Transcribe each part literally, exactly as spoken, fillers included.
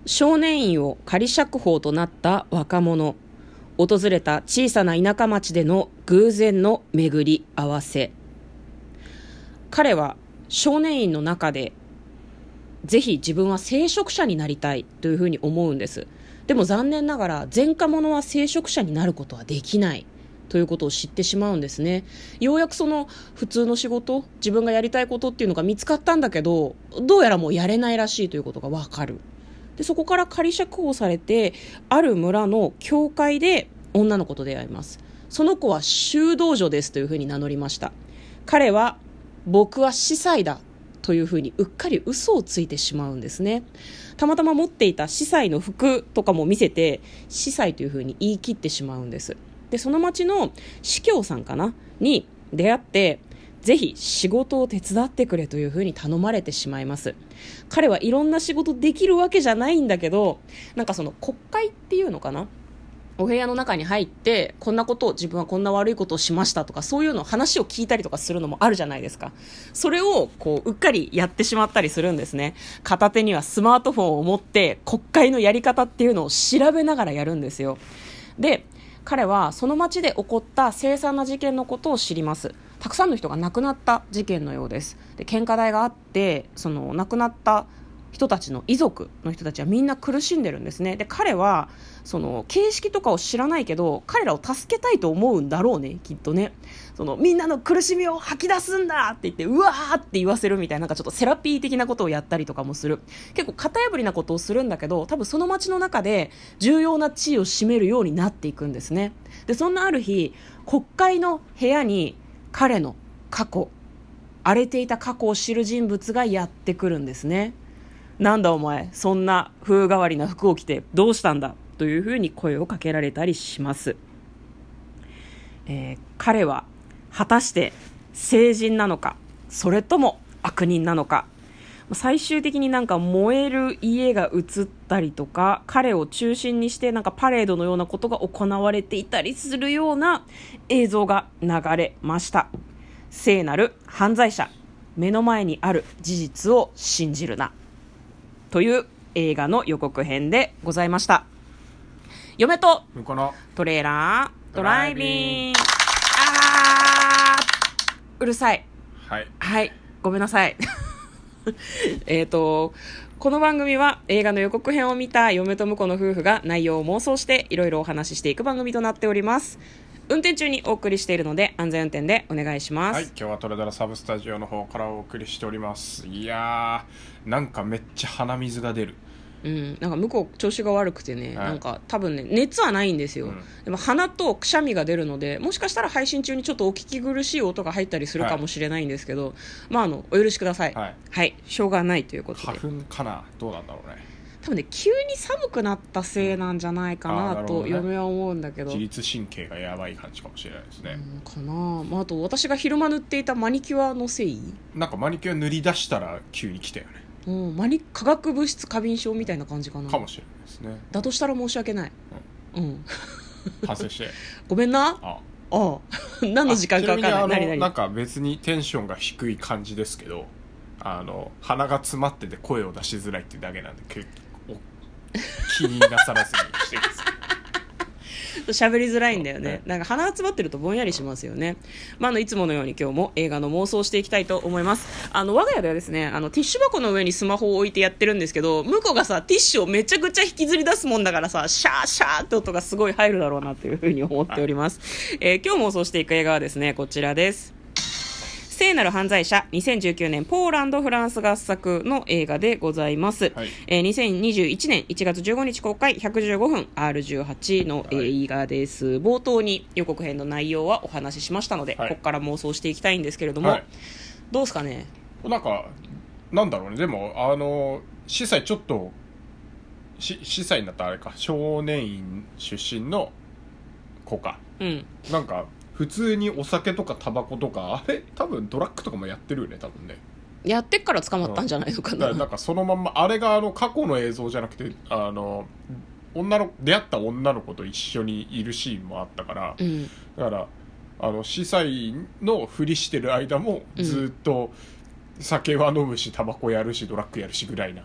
少年院を仮釈放となった若者、訪れた小さな田舎町での偶然の巡り合わせ。彼は少年院の中でぜひ自分は聖職者になりたいというふうに思うんです。でも残念ながら前科者は聖職者になることはできないということを知ってしまうんですね。ようやくその普通の仕事、自分がやりたいことっていうのが見つかったんだけど、どうやらもうやれないらしいということがわかる。でそこから仮釈放されて、ある村の教会で女の子と出会います。その子は修道女ですというふうに名乗りました。彼は僕は司祭だというふうにうっかり嘘をついてしまうんですね。たまたま持っていた司祭の服とかも見せて、司祭というふうに言い切ってしまうんです。でその町の司教さんかなに出会って、ぜひ仕事を手伝ってくれというふうに頼まれてしまいます。彼はいろんな仕事できるわけじゃないんだけど、なんかその国会っていうのかな、お部屋の中に入ってこんなことを、自分はこんな悪いことをしましたとか、そういうの話を聞いたりとかするのもあるじゃないですか。それをこううっかりやってしまったりするんですね。片手にはスマートフォンを持って国会のやり方っていうのを調べながらやるんですよ。で彼はその町で起こった凄惨な事件のことを知ります。たくさんの人が亡くなった事件のようです。で献花台があって、その亡くなった人たちの遺族の人たちはみんな苦しんでるんですね。で彼はその形式とかを知らないけど、彼らを助けたいと思うんだろうね、きっとね。そのみんなの苦しみを吐き出すんだって言って、うわーって言わせるみたいな、なんかちょっとセラピー的なことをやったりとかもする。結構型破りなことをするんだけど、多分その街の中で重要な地位を占めるようになっていくんですね。でそんなある日、国会の部屋に彼の過去、荒れていた過去を知る人物がやってくるんですね。なんだお前、そんな風変わりな服を着てどうしたんだというふうに声をかけられたりします。えー、彼は果たして聖人なのか、それとも悪人なのか。最終的になんか燃える家が映ったりとか、彼を中心にしてなんかパレードのようなことが行われていたりするような映像が流れました。聖なる犯罪者、目の前にある事実を信じるなという映画の予告編でございました。嫁とトレーラードライビング。あーうるさい。 はい、 はい、ごめんなさいえーとこの番組は映画の予告編を見た嫁と婿の夫婦が内容を妄想していろいろお話ししていく番組となっております。運転中にお送りしているので安全運転でお願いします。 はい、今日はトレドラサブスタジオの方からお送りしております。いやー、なんかめっちゃ鼻水が出る。 うん、なんか向こう調子が悪くてね、 はい、 なんか多分ね熱はないんですよ、うん、でも鼻とくしゃみが出るので、もしかしたら配信中にちょっとお聞き苦しい音が入ったりするかもしれないんですけど、はい、まああのお許しください。はい、はい、しょうがないということで。 花粉かな、どうなんだろうね。 多分ね急に寒くなったせいなんじゃないかなと嫁は思うんだけど、 自律神経がやばい感じかもしれないですね。 うんかな、まあ、あと私が昼間塗っていたマニキュアのせい、 なんかマニキュア塗り出したら急に来たよね。 うん、マニ化学物質過敏症みたいな感じかな。 かもしれないですね。 だとしたら申し訳ない。うん、うん、 反省してごめんな。ああ何の時間か分かんない。 あ、ちなみにあの何々 なんか別にテンションが低い感じですけど、あの鼻が詰まってて声を出しづらいってだけなんで、結構気になさらずにしてください。 喋りづらいんだよね。なんか鼻が詰まってるとぼんやりしますよね。まあ、あのいつものように今日も映画の妄想をしていきたいと思います。あの我が家ではですね、あのティッシュ箱の上にスマホを置いてやってるんですけど、向こうがさティッシュをめちゃくちゃ引きずり出すもんだからさ、シャーシャーって音がすごい入るだろうなというふうに思っております、えー、今日妄想していく映画はですね、こちらです。聖なる犯罪者、にせんじゅうきゅうねんポーランドフランス合作の映画でございます、はい、えー、にせんにじゅういちねんいちがつじゅうごにち公開、ひゃくじゅうごふん アールじゅうはち の映画です、はい、冒頭に予告編の内容はお話ししましたので、はい、ここから妄想していきたいんですけれども、はい、どうですかね。 なんかなんだろうね、でもあの司祭ちょっと司祭になったあれか、少年院出身の子か、うん、なんか普通にお酒とかタバコとか、あれ多分ドラッグとかもやってるよね、多分ね。 やってっから捕まったんじゃないのかな、 うん、なんかそのまんまあれがあの過去の映像じゃなくて、あの女の出会った女の子と一緒にいるシーンもあったから、うん、だからあの司祭のふりしてる間もずっと酒は飲むし、タバコやるし、ドラッグやるしぐらいな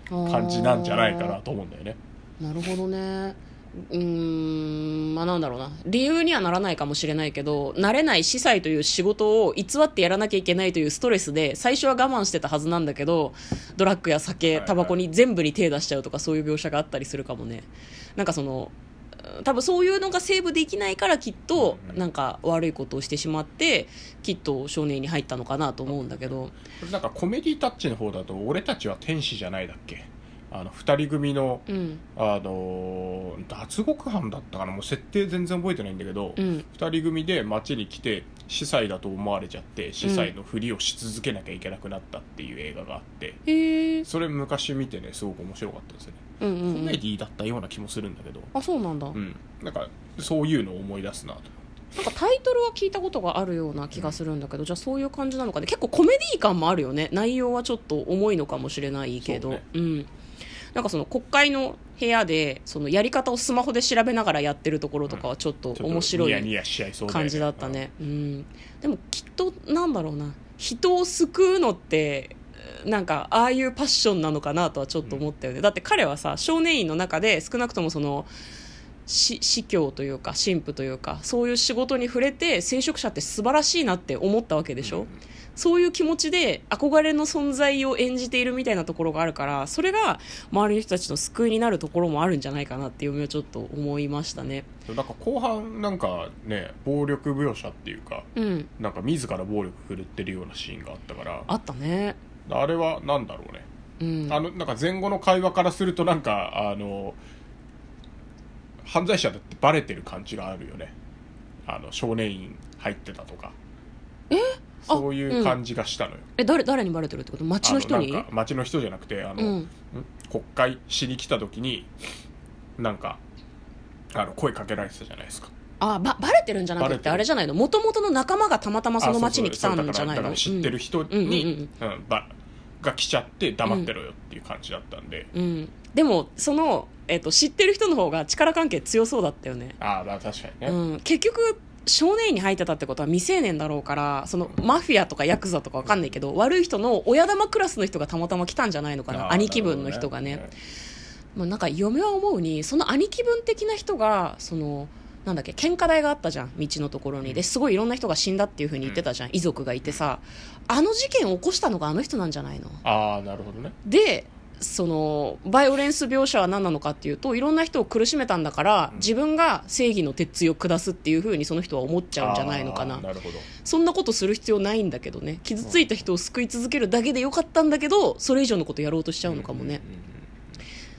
感じなんじゃないかなと思うんだよね。 なるほどね。うーん、まあなんだろうな、理由にはならないかもしれないけど、慣れない司祭という仕事を偽ってやらなきゃいけないというストレスで最初は我慢してたはずなんだけど、ドラッグや酒タバコに全部に手出しちゃうとか、そういう描写があったりするかもね。なんかその多分そういうのがセーブできないからきっとなんか悪いことをしてしまってきっと少年院に入ったのかなと思うんだけど、 なんかコメディタッチの方だと俺たちは天使じゃないだっけ、あのふたり組の、うん、あの脱獄犯だったかな、もう設定全然覚えてないんだけど、うん、ふたり組で街に来て司祭だと思われちゃって司祭のふりをし続けなきゃいけなくなったっていう映画があって、うん、それ昔見てねすごく面白かったですね、うんうんうん、コメディだったような気もするんだけど。 あ、そうなんだ、 うん、なんかそういうのを思い出すなと。 なんかタイトルは聞いたことがあるような気がするんだけど、うん、じゃあそういう感じなのかね。結構コメディ感もあるよね。内容はちょっと重いのかもしれないけど、う、ね、うん、なんかその国会の部屋でそのやり方をスマホで調べながらやってるところとかはちょっと面白い感じだったね、うん、でもきっとなんだろうな、人を救うのってなんかああいうパッションなのかなとはちょっと思ったよね、うん、だって彼はさ少年院の中で少なくともその司教というか神父というかそういう仕事に触れて聖職者って素晴らしいなって思ったわけでしょ、うん、そういう気持ちで憧れの存在を演じているみたいなところがあるから、それが周りの人たちの救いになるところもあるんじゃないかなっていうのをちょっと思いましたね。 なんか後半なんかね暴力描写っていうか、うん、なんか自ら暴力振るってるようなシーンがあったから。 あったね。 あれはなんだろうね、うん、あのなんか前後の会話からするとなんかあの犯罪者だってバレてる感じがあるよね。あの少年院入ってたとか、 えそういう感じがしたのよ、うん、 え 誰, 誰にバレてるってこと？町の人に？ なんか町の人じゃなくてあの、うん、国会しに来た時になんかあの声かけられてたじゃないですか。 あばバレてるんじゃなくてあれじゃないの、元々の仲間がたまたまその町に来たんじゃないの？ だからだから知ってる人にが来ちゃって黙ってろよっていう感じだったんで、 うんうん、でもその、えーと、知ってる人の方が力関係強そうだったよね。 ああ確かにね、 うん、結局少年院に入ってたってことは未成年だろうから、そのマフィアとかヤクザとか分かんないけど、悪い人の親玉クラスの人がたまたま来たんじゃないのかな、兄貴分の人がね、ね、まあ、なんか嫁は思うにその兄貴分的な人がそのなんだっけ献花台があったじゃん道のところに、ですごいいろんな人が死んだっていう風に言ってたじゃん、遺族がいてさ、あの事件を起こしたのがあの人なんじゃないの？ ああなるほどね。 でそのバイオレンス描写は何なのかっていうと、いろんな人を苦しめたんだから、うん、自分が正義の鉄槌を下すっていう風にその人は思っちゃうんじゃないのかな。 なるほど。 そんなことする必要ないんだけどね、傷ついた人を救い続けるだけでよかったんだけど、それ以上のことやろうとしちゃうのかもね、うんうんうん、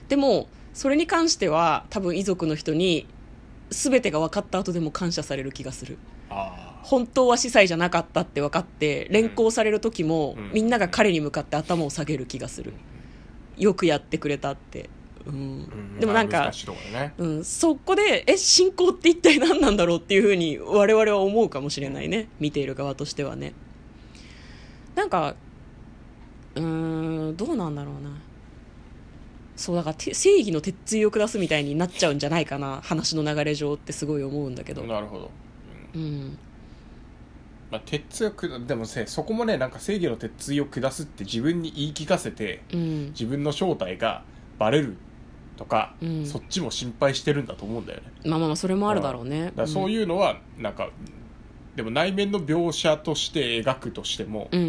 でもそれに関しては多分遺族の人に全てが分かった後でも感謝される気がする。あ、本当は司祭じゃなかったって分かって連行される時も、うん、みんなが彼に向かって頭を下げる気がする、うん、よくやってくれたって、うんうん、でもなんか、ね、うん、そこでえ信仰って一体何なんだろうっていう風に我々は思うかもしれないね、見ている側としてはね。なんかうーんどうなんだろうな、そうだから正義の鉄槌を下すみたいになっちゃうんじゃないかな、話の流れ上ってすごい思うんだけど。 なるほど、 うん、うんまあ、鉄槌を下でもせそこもね、なんか正義の鉄槌を下すって自分に言い聞かせて、うん、自分の正体がバレるとか、うん、そっちも心配してるんだと思うんだよね。 まあまあそれもあるだろうね。 だからそういうのはなんか、うん、でも内面の描写として描くとしても、うん、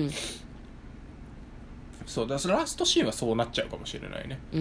そうだからラストシーンはそうなっちゃうかもしれないね、うん、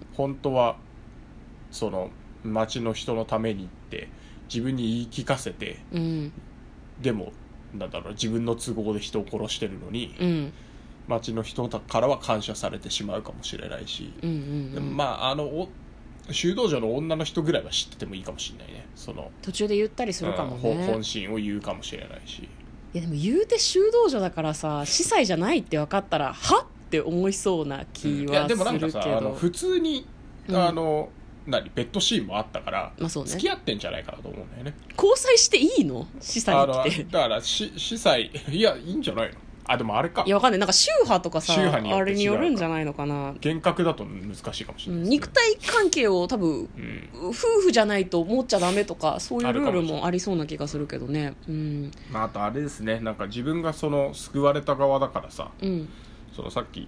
本当はその街の人のためにって自分に言い聞かせて、うん、でもなんだろう自分の都合で人を殺してるのに、うん、街の人からは感謝されてしまうかもしれないし、うんうんうん、でもまああのお修道女の女の人ぐらいは知っててもいいかもしれないね。その途中で言ったりするかもね、 うん、本心を言うかもしれないし。いやでも言うて修道女だからさ司祭じゃないって分かったらはって思いそうな気はするけど、うん、いやでもなんかさあの普通にあの、うん、何ベッドシーンもあったから、まあそうね、付き合ってんじゃないかなと思うんだよね。 交際していいの司祭ってだから司祭いやいいんじゃないの。あでもあれかいやわかんないなんか宗派とかさあれによるんじゃないのかな。 厳格だと難しいかもしれないです、ね、 肉体関係を多分、うん、夫婦じゃないと思っちゃダメとかそういうルールもありそうな気がするけどね、うんまあ、あとあれですねなんか自分がその救われた側だからさ、うん、そのさっき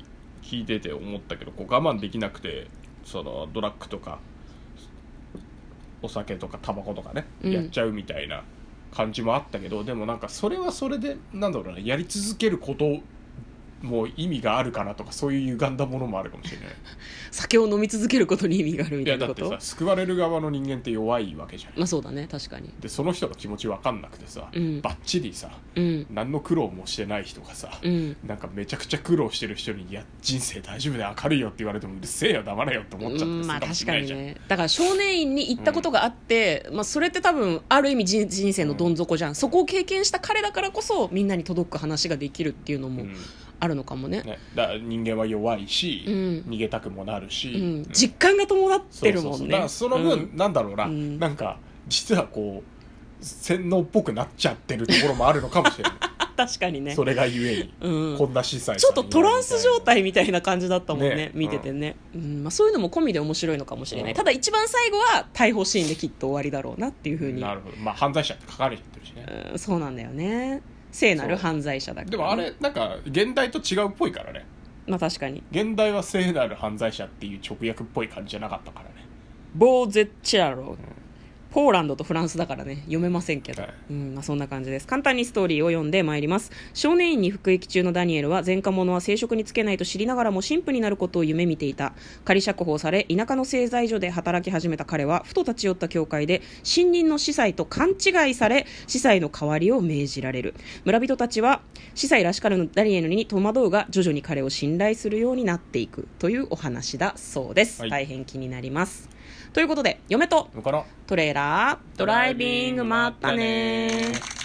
聞いてて思ったけど、こう我慢できなくてそのドラッグとかお酒とかタバコとかね、うん、やっちゃうみたいな感じもあったけど、でもなんかそれはそれでなんだろうな、やり続けることもう意味があるかなとか、そういう歪んだものもあるかもしれない。 酒を飲み続けることに意味があるみたいなこと。 いやだってさ、救われる側の人間って弱いわけじゃん。 まあそうだね、確かに。 でその人の気持ち分かんなくてさ、うん、バッチリさ、 うん、 何の苦労もしてない人がさ、 うん、 なんかめちゃくちゃ苦労してる人に、いや人生大丈夫で明るいよって言われてもうるせえよ黙れよって思っちゃって、うん、 まあ確かにね。だから少年院に行ったことがあって、うん、まあ、それって多分ある意味人, 人生のどん底じゃん、うん、そこを経験した彼だからこそみんなに届く話ができるっていうのも、うんあるのかも ね, ねだから人間は弱いし、うん、逃げたくもなるし、 うんうん、実感が伴ってるもんね。そうそうそう、だからその分、うん、なんだろうな、うん、なんか実はこう洗脳っぽくなっちゃってるところもあるのかもしれない確かにね。 それがゆえに、うん、こんな司祭ちょっとトランス状態みたいな感じだったもんね、ね、見ててね、 うんうんまあ、そういうのも込みで面白いのかもしれない、うん、ただ一番最後は逮捕シーンできっと終わりだろうなっていう風に。 なるほど、まあ犯罪者って書かれちゃってるしね、 うん、そうなんだよね。聖なる犯罪者だから、ね、 でもあれなんか現代と違うっぽいからね。 まあ確かに現代は聖なる犯罪者っていう直訳っぽい感じじゃなかったからね。 ボーゼッチャロ、うん、ポーランドとフランスだからね読めませんけど、はい、うんまあ、そんな感じです。簡単にストーリーを読んでまいります。少年院に服役中のダニエルは前科者は生殖につけないと知りながらも神父になることを夢見ていた。仮釈放され田舎の製材所で働き始めた彼はふと立ち寄った教会で新任の司祭と勘違いされ司祭の代わりを命じられる。村人たちは司祭らしからぬダニエルに戸惑うが徐々に彼を信頼するようになっていくというお話だそうです、はい、大変気になります。ということで嫁とトレーラードライビングまったね。